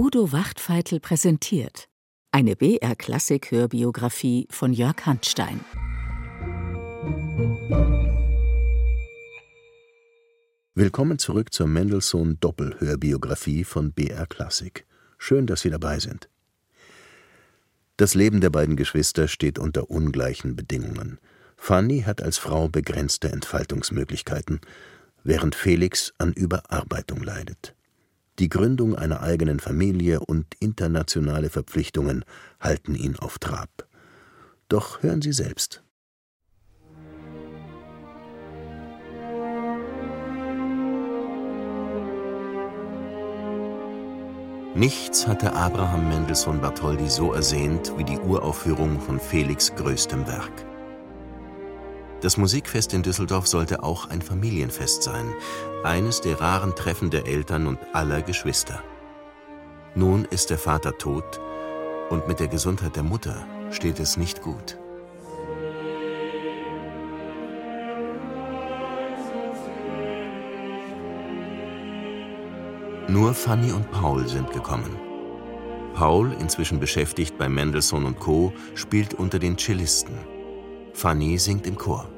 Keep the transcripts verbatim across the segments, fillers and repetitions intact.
Udo Wachtfeitel präsentiert eine B R-Klassik-Hörbiografie von Jörg Handstein. Willkommen zurück zur Mendelssohn-Doppel-Hörbiografie von B R Klassik. Schön, dass Sie dabei sind. Das Leben der beiden Geschwister steht unter ungleichen Bedingungen. Fanny hat als Frau begrenzte Entfaltungsmöglichkeiten, während Felix an Überarbeitung leidet. Die Gründung einer eigenen Familie und internationale Verpflichtungen halten ihn auf Trab. Doch hören Sie selbst. Nichts hatte Abraham Mendelssohn Bartholdy so ersehnt wie die Uraufführung von Felix' größtem Werk. Das Musikfest in Düsseldorf sollte auch ein Familienfest sein, eines der raren Treffen der Eltern und aller Geschwister. Nun ist der Vater tot und mit der Gesundheit der Mutter steht es nicht gut. Nur Fanny und Paul sind gekommen. Paul, inzwischen beschäftigt bei Mendelssohn und Co., spielt unter den Cellisten. Fanny singt im Chor.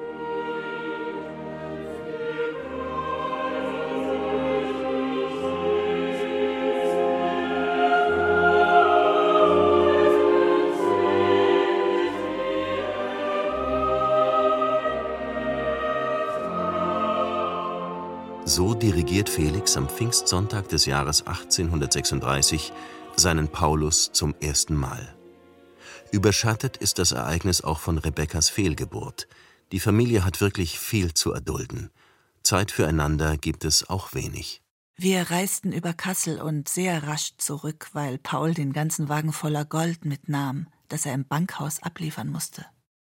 So dirigiert Felix am Pfingstsonntag des Jahres achtzehnhundertsechsunddreißig seinen Paulus zum ersten Mal. Überschattet ist das Ereignis auch von Rebekkas Fehlgeburt. Die Familie hat wirklich viel zu erdulden. Zeit füreinander gibt es auch wenig. Wir reisten über Kassel und sehr rasch zurück, weil Paul den ganzen Wagen voller Gold mitnahm, das er im Bankhaus abliefern musste.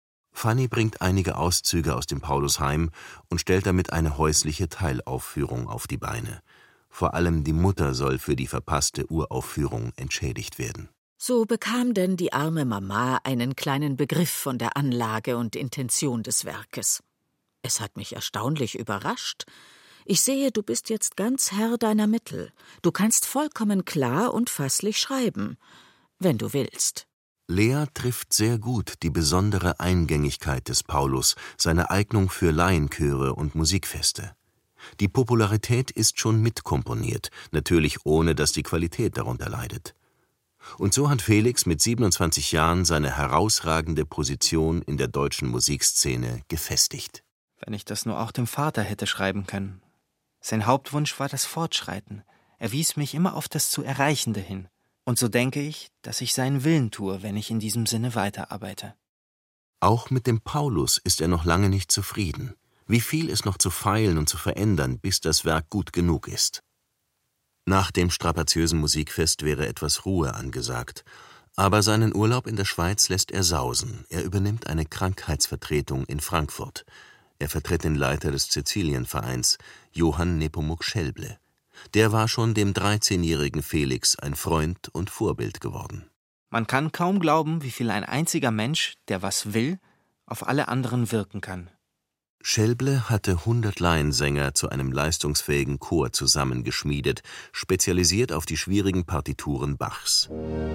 Fanny bringt einige Auszüge aus dem Paulusheim und stellt damit eine häusliche Teilaufführung auf die Beine. Vor allem die Mutter soll für die verpasste Uraufführung entschädigt werden. So bekam denn die arme Mama einen kleinen Begriff von der Anlage und Intention des Werkes. Es hat mich erstaunlich überrascht. Ich sehe, du bist jetzt ganz Herr deiner Mittel. Du kannst vollkommen klar und fasslich schreiben, wenn du willst. Lea trifft sehr gut die besondere Eingängigkeit des Paulus, seine Eignung für Laienchöre und Musikfeste. Die Popularität ist schon mitkomponiert, natürlich ohne, dass die Qualität darunter leidet. Und so hat Felix mit siebenundzwanzig Jahren seine herausragende Position in der deutschen Musikszene gefestigt. Wenn ich das nur auch dem Vater hätte schreiben können. Sein Hauptwunsch war das Fortschreiten. Er wies mich immer auf das zu Erreichende hin. Und so denke ich, dass ich seinen Willen tue, wenn ich in diesem Sinne weiterarbeite. Auch mit dem Paulus ist er noch lange nicht zufrieden. Wie viel ist noch zu feilen und zu verändern, bis das Werk gut genug ist? Nach dem strapaziösen Musikfest wäre etwas Ruhe angesagt. Aber seinen Urlaub in der Schweiz lässt er sausen. Er übernimmt eine Krankheitsvertretung in Frankfurt. Er vertritt den Leiter des Cäcilienvereins, Johann Nepomuk Schelble. Der war schon dem dreizehnjährigen Felix ein Freund und Vorbild geworden. Man kann kaum glauben, wie viel ein einziger Mensch, der was will, auf alle anderen wirken kann. Schelble hatte hundert Laiensänger zu einem leistungsfähigen Chor zusammengeschmiedet, spezialisiert auf die schwierigen Partituren Bachs.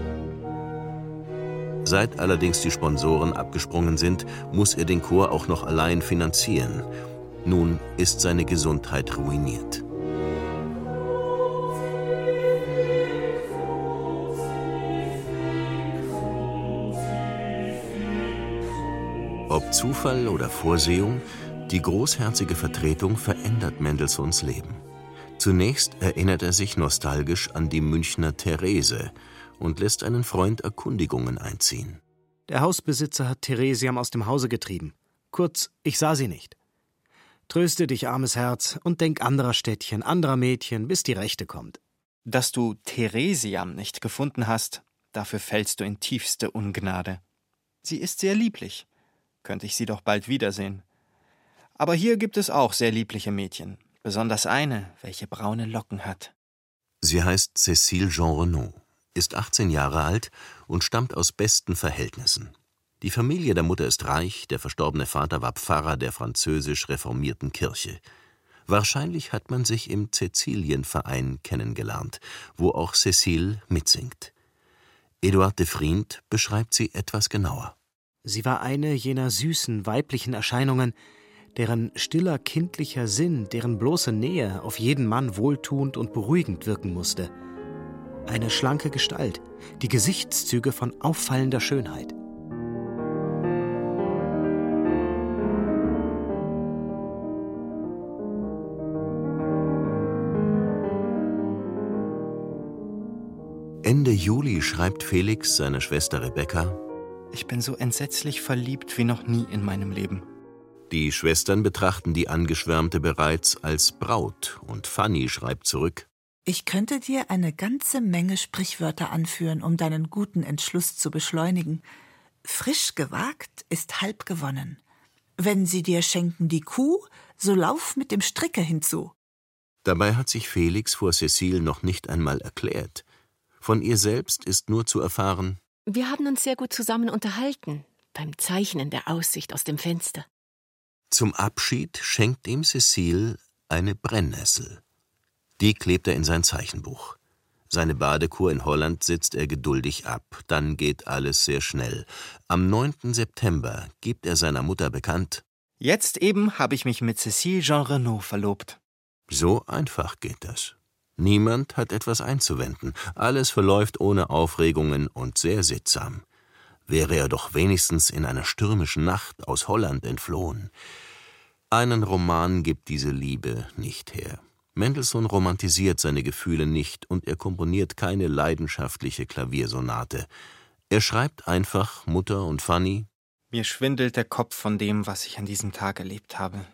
Seit allerdings die Sponsoren abgesprungen sind, muss er den Chor auch noch allein finanzieren. Nun ist seine Gesundheit ruiniert. Ob Zufall oder Vorsehung, die großherzige Vertretung verändert Mendelssohns Leben. Zunächst erinnert er sich nostalgisch an die Münchner Therese und lässt einen Freund Erkundigungen einziehen. Der Hausbesitzer hat Theresiam aus dem Hause getrieben. Kurz, ich sah sie nicht. Tröste dich, armes Herz, und denk anderer Städtchen, anderer Mädchen, bis die Rechte kommt. Dass du Theresiam nicht gefunden hast, dafür fällst du in tiefste Ungnade. Sie ist sehr lieblich. Könnte ich sie doch bald wiedersehen. Aber hier gibt es auch sehr liebliche Mädchen, besonders eine, welche braune Locken hat. Sie heißt Cécile Jean Renaud, ist achtzehn Jahre alt und stammt aus besten Verhältnissen. Die Familie der Mutter ist reich, der verstorbene Vater war Pfarrer der französisch reformierten Kirche. Wahrscheinlich hat man sich im Cäcilienverein kennengelernt, wo auch Cécile mitsingt. Eduard de Vriend beschreibt sie etwas genauer. Sie war eine jener süßen weiblichen Erscheinungen, deren stiller kindlicher Sinn, deren bloße Nähe auf jeden Mann wohltuend und beruhigend wirken musste. Eine schlanke Gestalt, die Gesichtszüge von auffallender Schönheit. Ende Juli schreibt Felix seiner Schwester Rebecca: Ich bin so entsetzlich verliebt wie noch nie in meinem Leben. Die Schwestern betrachten die Angeschwärmte bereits als Braut und Fanny schreibt zurück: Ich könnte dir eine ganze Menge Sprichwörter anführen, um deinen guten Entschluss zu beschleunigen. Frisch gewagt ist halb gewonnen. Wenn sie dir schenken die Kuh, so lauf mit dem Stricke hinzu. Dabei hat sich Felix vor Cécile noch nicht einmal erklärt. Von ihr selbst ist nur zu erfahren: Wir haben uns sehr gut zusammen unterhalten, beim Zeichnen der Aussicht aus dem Fenster. Zum Abschied schenkt ihm Cécile eine Brennnessel. Die klebt er in sein Zeichenbuch. Seine Badekur in Holland sitzt er geduldig ab. Dann geht alles sehr schnell. Am neunten September gibt er seiner Mutter bekannt: Jetzt eben habe ich mich mit Cécile Jean Renaud verlobt. So einfach geht das. Niemand hat etwas einzuwenden. Alles verläuft ohne Aufregungen und sehr sittsam. Wäre er doch wenigstens in einer stürmischen Nacht aus Holland entflohen. Einen Roman gibt diese Liebe nicht her. Mendelssohn romantisiert seine Gefühle nicht und er komponiert keine leidenschaftliche Klaviersonate. Er schreibt einfach Mutter und Fanny: Mir schwindelt der Kopf von dem, was ich an diesem Tag erlebt habe.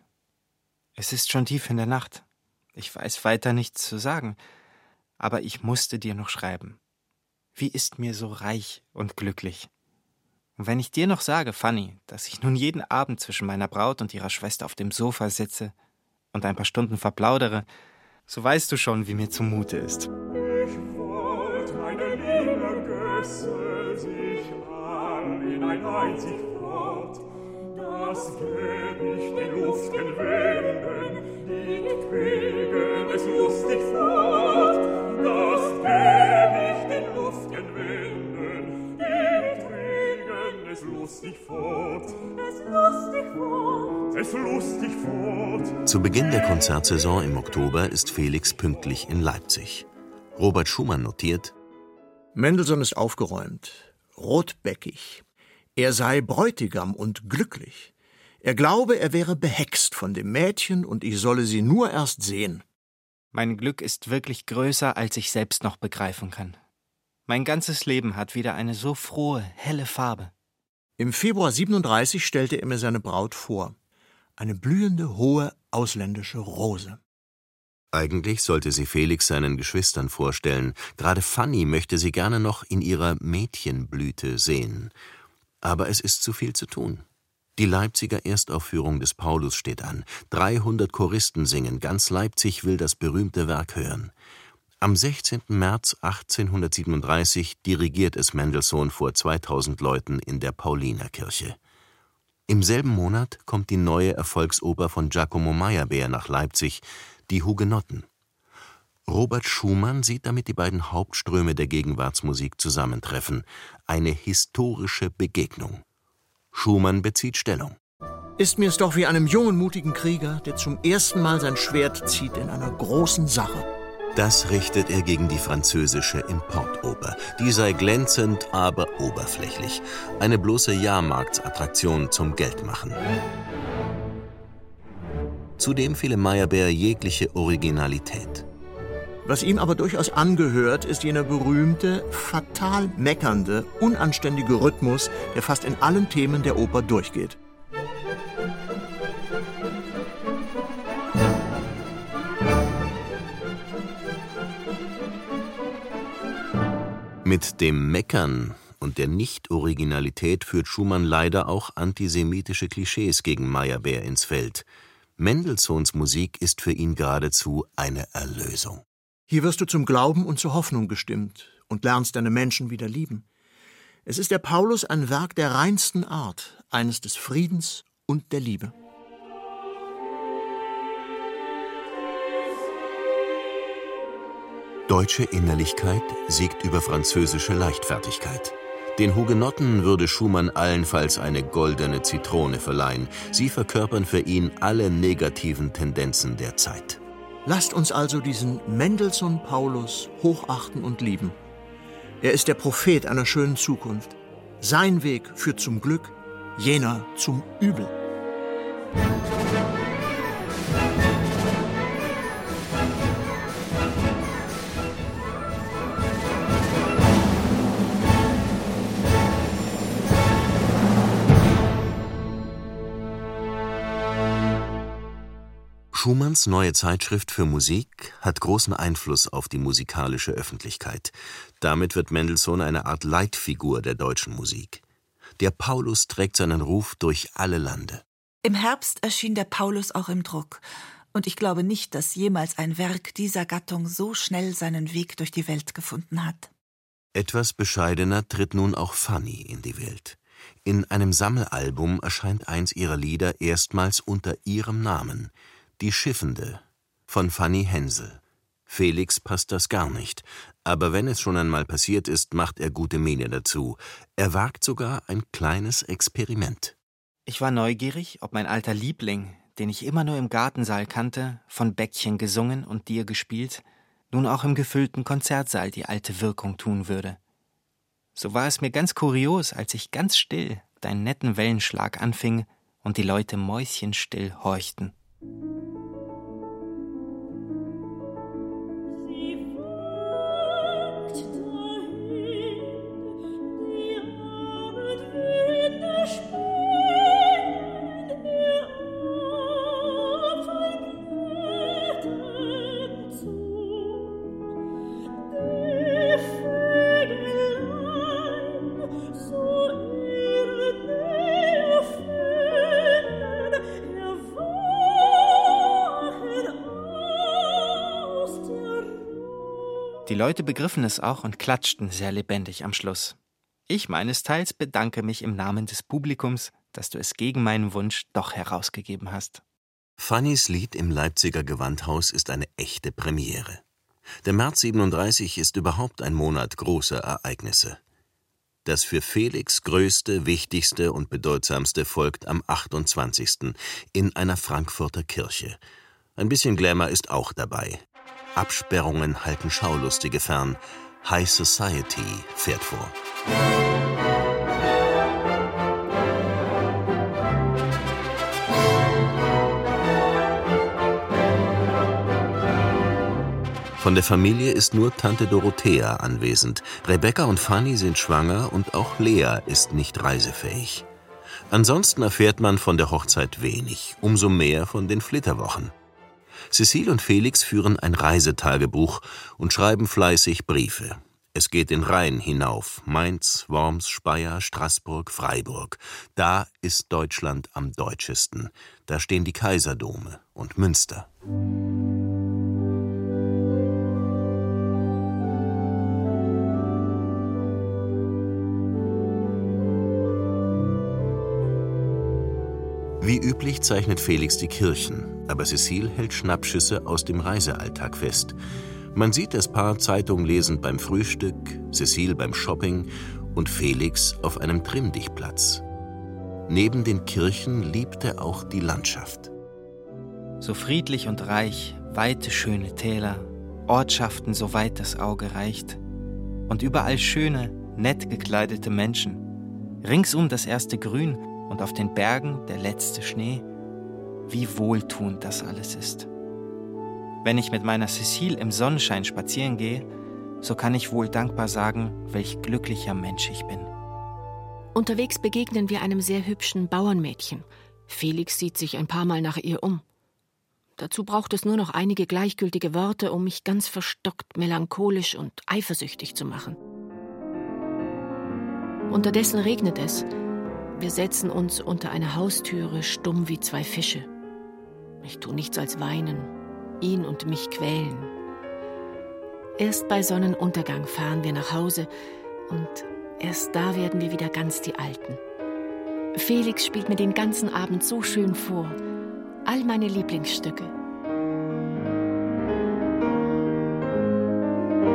Es ist schon tief in der Nacht. Ich weiß weiter nichts zu sagen, aber ich musste dir noch schreiben. Wie ist mir so reich und glücklich. Und wenn ich dir noch sage, Fanny, dass ich nun jeden Abend zwischen meiner Braut und ihrer Schwester auf dem Sofa sitze und ein paar Stunden verplaudere, so weißt du schon, wie mir zumute ist. Ich wollt meine liebe Gösse sich an in ein einzig Wort, das gäb ich den Luften wenden, die kriegen es lustig fort, das gäb ich den Luften wenden, die kriegen es lustig fort, es lustig fort, es lustig fort. Zu Beginn der Konzertsaison im Oktober ist Felix pünktlich in Leipzig. Robert Schumann notiert: Mendelssohn ist aufgeräumt, rotbäckig. Er sei Bräutigam und glücklich. Er glaube, er wäre behext von dem Mädchen und ich solle sie nur erst sehen. Mein Glück ist wirklich größer, als ich selbst noch begreifen kann. Mein ganzes Leben hat wieder eine so frohe, helle Farbe. Im Februar siebenunddreißig stellte er mir seine Braut vor. Eine blühende, hohe, ausländische Rose. Eigentlich sollte sie Felix seinen Geschwistern vorstellen. Gerade Fanny möchte sie gerne noch in ihrer Mädchenblüte sehen. Aber es ist zu viel zu tun. Die Leipziger Erstaufführung des Paulus steht an. dreihundert Choristen singen, ganz Leipzig will das berühmte Werk hören. Am sechzehnten März achtzehnhundertsiebenunddreißig dirigiert es Mendelssohn vor zweitausend Leuten in der Paulinerkirche. Im selben Monat kommt die neue Erfolgsoper von Giacomo Meyerbeer nach Leipzig, Die Hugenotten. Robert Schumann sieht damit die beiden Hauptströme der Gegenwartsmusik zusammentreffen. Eine historische Begegnung. Schumann bezieht Stellung. Ist mir's doch wie einem jungen, mutigen Krieger, der zum ersten Mal sein Schwert zieht in einer großen Sache. Das richtet er gegen die französische Importoper. Die sei glänzend, aber oberflächlich. Eine bloße Jahrmarktsattraktion zum Geldmachen. Zudem fehle Meyerbeer jegliche Originalität. Was ihm aber durchaus angehört, ist jener berühmte, fatal meckernde, unanständige Rhythmus, der fast in allen Themen der Oper durchgeht. Mit dem Meckern und der Nicht-Originalität führt Schumann leider auch antisemitische Klischees gegen Meyerbeer ins Feld. Mendelssohns Musik ist für ihn geradezu eine Erlösung. Hier wirst du zum Glauben und zur Hoffnung gestimmt und lernst deine Menschen wieder lieben. Es ist der Paulus ein Werk der reinsten Art, eines des Friedens und der Liebe. Deutsche Innerlichkeit siegt über französische Leichtfertigkeit. Den Hugenotten würde Schumann allenfalls eine goldene Zitrone verleihen. Sie verkörpern für ihn alle negativen Tendenzen der Zeit. Lasst uns also diesen Mendelssohn Paulus hochachten und lieben. Er ist der Prophet einer schönen Zukunft. Sein Weg führt zum Glück, jener zum Übel. Schumanns neue Zeitschrift für Musik hat großen Einfluss auf die musikalische Öffentlichkeit. Damit wird Mendelssohn eine Art Leitfigur der deutschen Musik. Der Paulus trägt seinen Ruf durch alle Lande. Im Herbst erschien der Paulus auch im Druck. Und ich glaube nicht, dass jemals ein Werk dieser Gattung so schnell seinen Weg durch die Welt gefunden hat. Etwas bescheidener tritt nun auch Fanny in die Welt. In einem Sammelalbum erscheint eins ihrer Lieder erstmals unter ihrem Namen: Die Schiffende von Fanny Hensel. Felix passt das gar nicht, aber wenn es schon einmal passiert ist, macht er gute Miene dazu. Er wagt sogar ein kleines Experiment. Ich war neugierig, ob mein alter Liebling, den ich immer nur im Gartensaal kannte, von Bäckchen gesungen und dir gespielt, nun auch im gefüllten Konzertsaal die alte Wirkung tun würde. So war es mir ganz kurios, als ich ganz still deinen netten Wellenschlag anfing und die Leute mäuschenstill horchten. Die Leute begriffen es auch und klatschten sehr lebendig am Schluss. Ich meinesteils bedanke mich im Namen des Publikums, dass du es gegen meinen Wunsch doch herausgegeben hast. Fannys Lied im Leipziger Gewandhaus ist eine echte Premiere. Der März siebenunddreißig ist überhaupt ein Monat großer Ereignisse. Das für Felix größte, wichtigste und bedeutsamste folgt am achtundzwanzigsten in einer Frankfurter Kirche. Ein bisschen Glamour ist auch dabei. Absperrungen halten Schaulustige fern. High Society fährt vor. Von der Familie ist nur Tante Dorothea anwesend. Rebecca und Fanny sind schwanger und auch Lea ist nicht reisefähig. Ansonsten erfährt man von der Hochzeit wenig, umso mehr von den Flitterwochen. Cecile und Felix führen ein Reisetagebuch und schreiben fleißig Briefe. Es geht den Rhein hinauf, Mainz, Worms, Speyer, Straßburg, Freiburg. Da ist Deutschland am deutschesten. Da stehen die Kaiserdome und Münster. Wie üblich zeichnet Felix die Kirchen, aber Cecile hält Schnappschüsse aus dem Reisealltag fest. Man sieht das Paar Zeitung lesend beim Frühstück, Cecile beim Shopping und Felix auf einem Trimmdichtplatz. Neben den Kirchen liebt er auch die Landschaft. So friedlich und reich, weite schöne Täler, Ortschaften, so weit das Auge reicht, und überall schöne, nett gekleidete Menschen. Ringsum das erste Grün und auf den Bergen der letzte Schnee. Wie wohltuend das alles ist. Wenn ich mit meiner Cecile im Sonnenschein spazieren gehe, so kann ich wohl dankbar sagen, welch glücklicher Mensch ich bin. Unterwegs begegnen wir einem sehr hübschen Bauernmädchen. Felix sieht sich ein paar Mal nach ihr um. Dazu braucht es nur noch einige gleichgültige Worte, um mich ganz verstockt, melancholisch und eifersüchtig zu machen. Unterdessen regnet es. Wir setzen uns unter eine Haustüre, stumm wie zwei Fische. Ich tu nichts als weinen, ihn und mich quälen. Erst bei Sonnenuntergang fahren wir nach Hause und erst da werden wir wieder ganz die Alten. Felix spielt mir den ganzen Abend so schön vor, all meine Lieblingsstücke.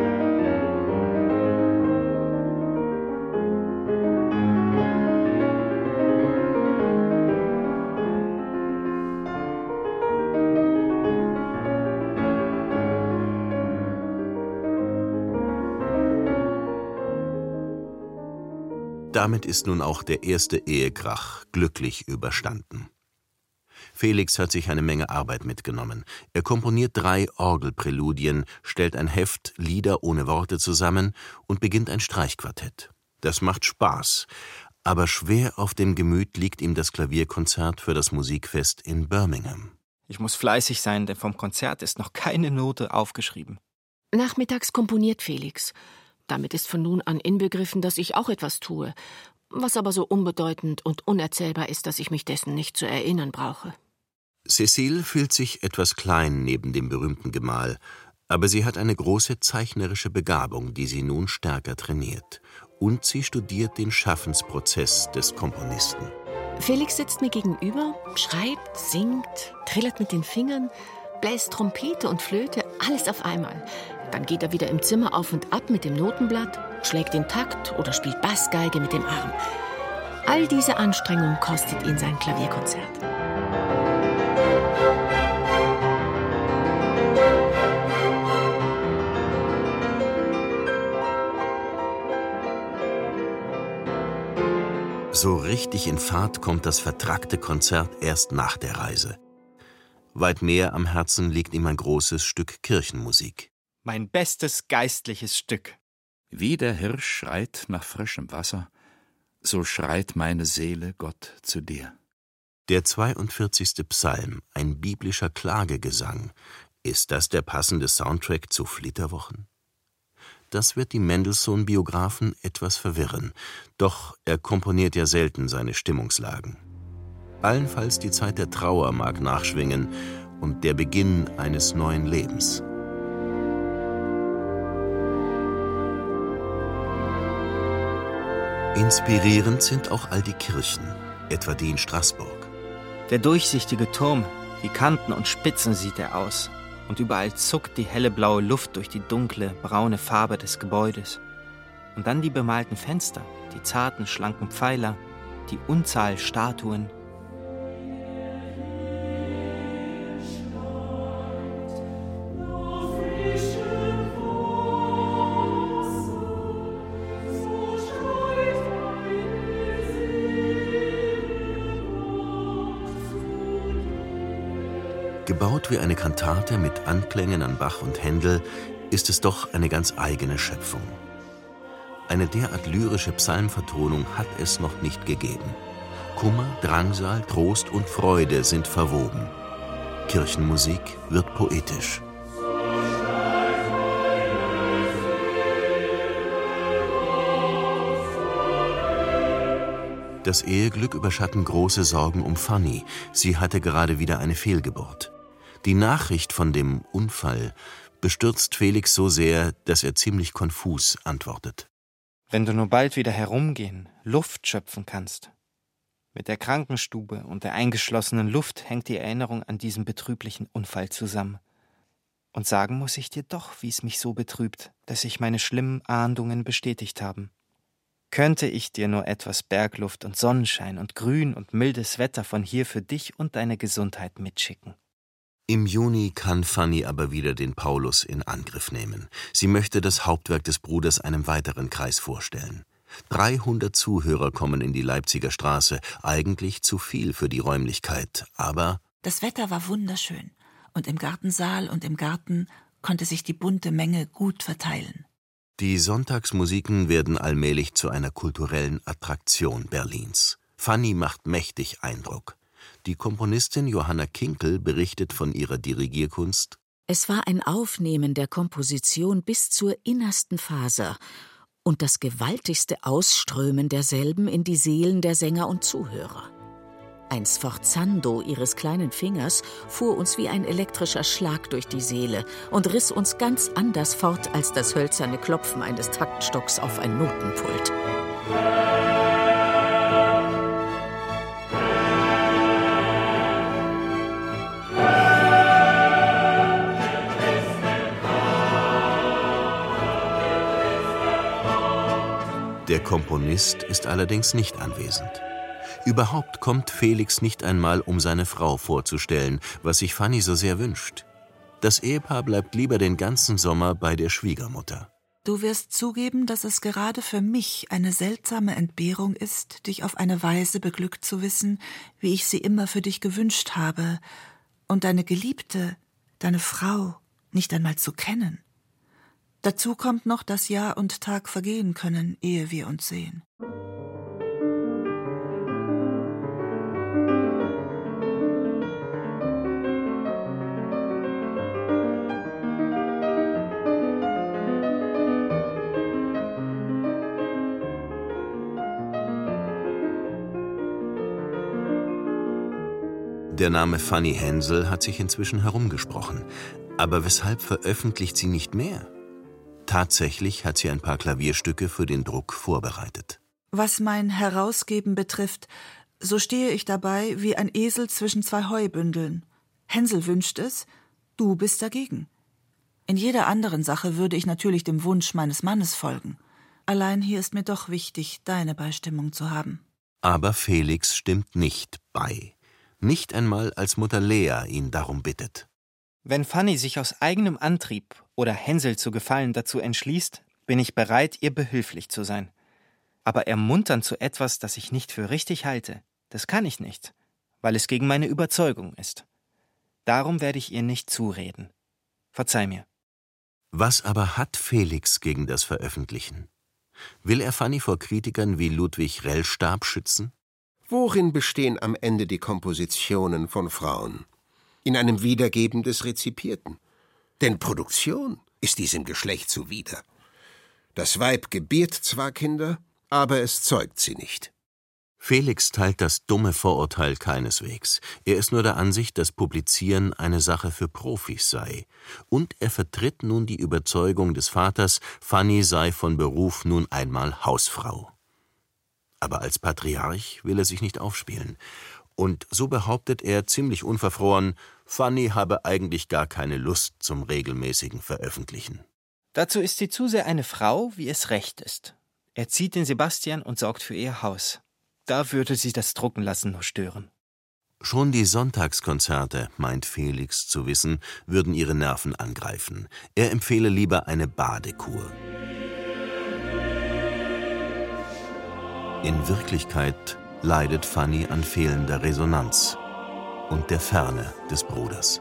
Damit ist nun auch der erste Ehekrach glücklich überstanden. Felix hat sich eine Menge Arbeit mitgenommen. Er komponiert drei Orgelpräludien, stellt ein Heft Lieder ohne Worte zusammen und beginnt ein Streichquartett. Das macht Spaß, aber schwer auf dem Gemüt liegt ihm das Klavierkonzert für das Musikfest in Birmingham. Ich muss fleißig sein, denn vom Konzert ist noch keine Note aufgeschrieben. Nachmittags komponiert Felix. Damit ist von nun an inbegriffen, dass ich auch etwas tue, was aber so unbedeutend und unerzählbar ist, dass ich mich dessen nicht zu erinnern brauche. Cécile fühlt sich etwas klein neben dem berühmten Gemahl, aber sie hat eine große zeichnerische Begabung, die sie nun stärker trainiert. Und sie studiert den Schaffensprozess des Komponisten. Felix sitzt mir gegenüber, schreibt, singt, trillert mit den Fingern, bläst Trompete und Flöte, alles auf einmal. Dann geht er wieder im Zimmer auf und ab mit dem Notenblatt, schlägt den Takt oder spielt Bassgeige mit dem Arm. All diese Anstrengung kostet ihn sein Klavierkonzert. So richtig in Fahrt kommt das vertrackte Konzert erst nach der Reise. Weit mehr am Herzen liegt ihm ein großes Stück Kirchenmusik. Mein bestes geistliches Stück. Wie der Hirsch schreit nach frischem Wasser, so schreit meine Seele Gott zu dir. Der zweiundvierzigste Psalm, ein biblischer Klagegesang. Ist das der passende Soundtrack zu Flitterwochen? Das wird die Mendelssohn-Biografen etwas verwirren, doch er komponiert ja selten seine Stimmungslagen. Allenfalls die Zeit der Trauer mag nachschwingen und der Beginn eines neuen Lebens. Inspirierend sind auch all die Kirchen, etwa die in Straßburg. Der durchsichtige Turm, wie Kanten und Spitzen sieht er aus. Und überall zuckt die helle blaue Luft durch die dunkle, braune Farbe des Gebäudes. Und dann die bemalten Fenster, die zarten, schlanken Pfeiler, die Unzahl Statuen. Gebaut wie eine Kantate mit Anklängen an Bach und Händel, ist es doch eine ganz eigene Schöpfung. Eine derart lyrische Psalmvertonung hat es noch nicht gegeben. Kummer, Drangsal, Trost und Freude sind verwoben. Kirchenmusik wird poetisch. Das Eheglück überschatten große Sorgen um Fanny. Sie hatte gerade wieder eine Fehlgeburt. Die Nachricht von dem Unfall bestürzt Felix so sehr, dass er ziemlich konfus antwortet. Wenn du nur bald wieder herumgehen, Luft schöpfen kannst. Mit der Krankenstube und der eingeschlossenen Luft hängt die Erinnerung an diesen betrüblichen Unfall zusammen. Und sagen muss ich dir doch, wie es mich so betrübt, dass sich meine schlimmen Ahndungen bestätigt haben. Könnte ich dir nur etwas Bergluft und Sonnenschein und Grün und mildes Wetter von hier für dich und deine Gesundheit mitschicken. Im Juni kann Fanny aber wieder den Paulus in Angriff nehmen. Sie möchte das Hauptwerk des Bruders einem weiteren Kreis vorstellen. dreihundert Zuhörer kommen in die Leipziger Straße, eigentlich zu viel für die Räumlichkeit, aber... Das Wetter war wunderschön und im Gartensaal und im Garten konnte sich die bunte Menge gut verteilen. Die Sonntagsmusiken werden allmählich zu einer kulturellen Attraktion Berlins. Fanny macht mächtig Eindruck. Die Komponistin Johanna Kinkel berichtet von ihrer Dirigierkunst. Es war ein Aufnehmen der Komposition bis zur innersten Faser und das gewaltigste Ausströmen derselben in die Seelen der Sänger und Zuhörer. Ein Sforzando ihres kleinen Fingers fuhr uns wie ein elektrischer Schlag durch die Seele und riss uns ganz anders fort als das hölzerne Klopfen eines Taktstocks auf ein Notenpult. Der Komponist ist allerdings nicht anwesend. Überhaupt kommt Felix nicht einmal, um seine Frau vorzustellen, was sich Fanny so sehr wünscht. Das Ehepaar bleibt lieber den ganzen Sommer bei der Schwiegermutter. Du wirst zugeben, dass es gerade für mich eine seltsame Entbehrung ist, dich auf eine Weise beglückt zu wissen, wie ich sie immer für dich gewünscht habe, und deine Geliebte, deine Frau, nicht einmal zu kennen. Dazu kommt noch, dass Jahr und Tag vergehen können, ehe wir uns sehen. Der Name Fanny Hensel hat sich inzwischen herumgesprochen. Aber weshalb veröffentlicht sie nicht mehr? Tatsächlich hat sie ein paar Klavierstücke für den Druck vorbereitet. Was mein Herausgeben betrifft, so stehe ich dabei wie ein Esel zwischen zwei Heubündeln. Hensel wünscht es, du bist dagegen. In jeder anderen Sache würde ich natürlich dem Wunsch meines Mannes folgen. Allein hier ist mir doch wichtig, deine Beistimmung zu haben. Aber Felix stimmt nicht bei. Nicht einmal, als Mutter Lea ihn darum bittet. Wenn Fanny sich aus eigenem Antrieb oder Hensel zu gefallen dazu entschließt, bin ich bereit, ihr behilflich zu sein. Aber ermuntern zu etwas, das ich nicht für richtig halte, das kann ich nicht, weil es gegen meine Überzeugung ist. Darum werde ich ihr nicht zureden. Verzeih mir. Was aber hat Felix gegen das Veröffentlichen? Will er Fanny vor Kritikern wie Ludwig Rellstab schützen? Worin bestehen am Ende die Kompositionen von Frauen? In einem Wiedergeben des Rezipierten. Denn Produktion ist diesem Geschlecht zuwider. Das Weib gebiert zwar Kinder, aber es zeugt sie nicht. Felix teilt das dumme Vorurteil keineswegs. Er ist nur der Ansicht, dass Publizieren eine Sache für Profis sei. Und er vertritt nun die Überzeugung des Vaters, Fanny sei von Beruf nun einmal Hausfrau. Aber als Patriarch will er sich nicht aufspielen. Und so behauptet er ziemlich unverfroren, Fanny habe eigentlich gar keine Lust zum regelmäßigen Veröffentlichen. Dazu ist sie zu sehr eine Frau, wie es recht ist. Er zieht den Sebastian und sorgt für ihr Haus. Da würde sie das Drucken lassen nur stören. Schon die Sonntagskonzerte, meint Felix zu wissen, würden ihre Nerven angreifen. Er empfehle lieber eine Badekur. In Wirklichkeit leidet Fanny an fehlender Resonanz und der Ferne des Bruders.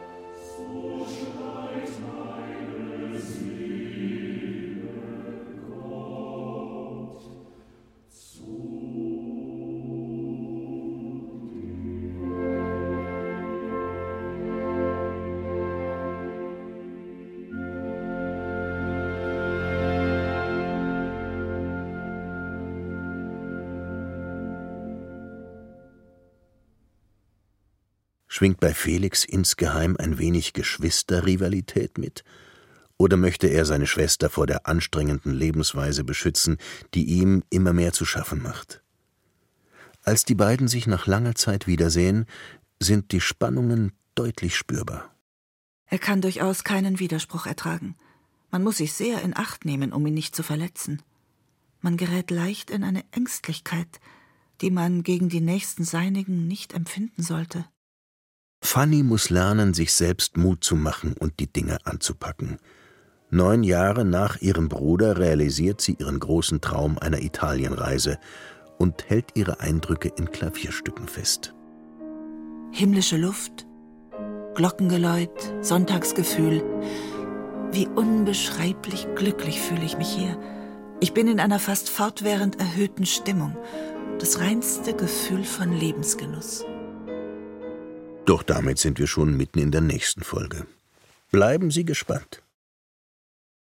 Schwingt bei Felix insgeheim ein wenig Geschwisterrivalität mit? Oder möchte er seine Schwester vor der anstrengenden Lebensweise beschützen, die ihm immer mehr zu schaffen macht? Als die beiden sich nach langer Zeit wiedersehen, sind die Spannungen deutlich spürbar. Er kann durchaus keinen Widerspruch ertragen. Man muss sich sehr in Acht nehmen, um ihn nicht zu verletzen. Man gerät leicht in eine Ängstlichkeit, die man gegen die nächsten Seinigen nicht empfinden sollte. Fanny muss lernen, sich selbst Mut zu machen und die Dinge anzupacken. Neun Jahre nach ihrem Bruder realisiert sie ihren großen Traum einer Italienreise und hält ihre Eindrücke in Klavierstücken fest. Himmlische Luft, Glockengeläut, Sonntagsgefühl. Wie unbeschreiblich glücklich fühle ich mich hier. Ich bin in einer fast fortwährend erhöhten Stimmung. Das reinste Gefühl von Lebensgenuss. Doch damit sind wir schon mitten in der nächsten Folge. Bleiben Sie gespannt.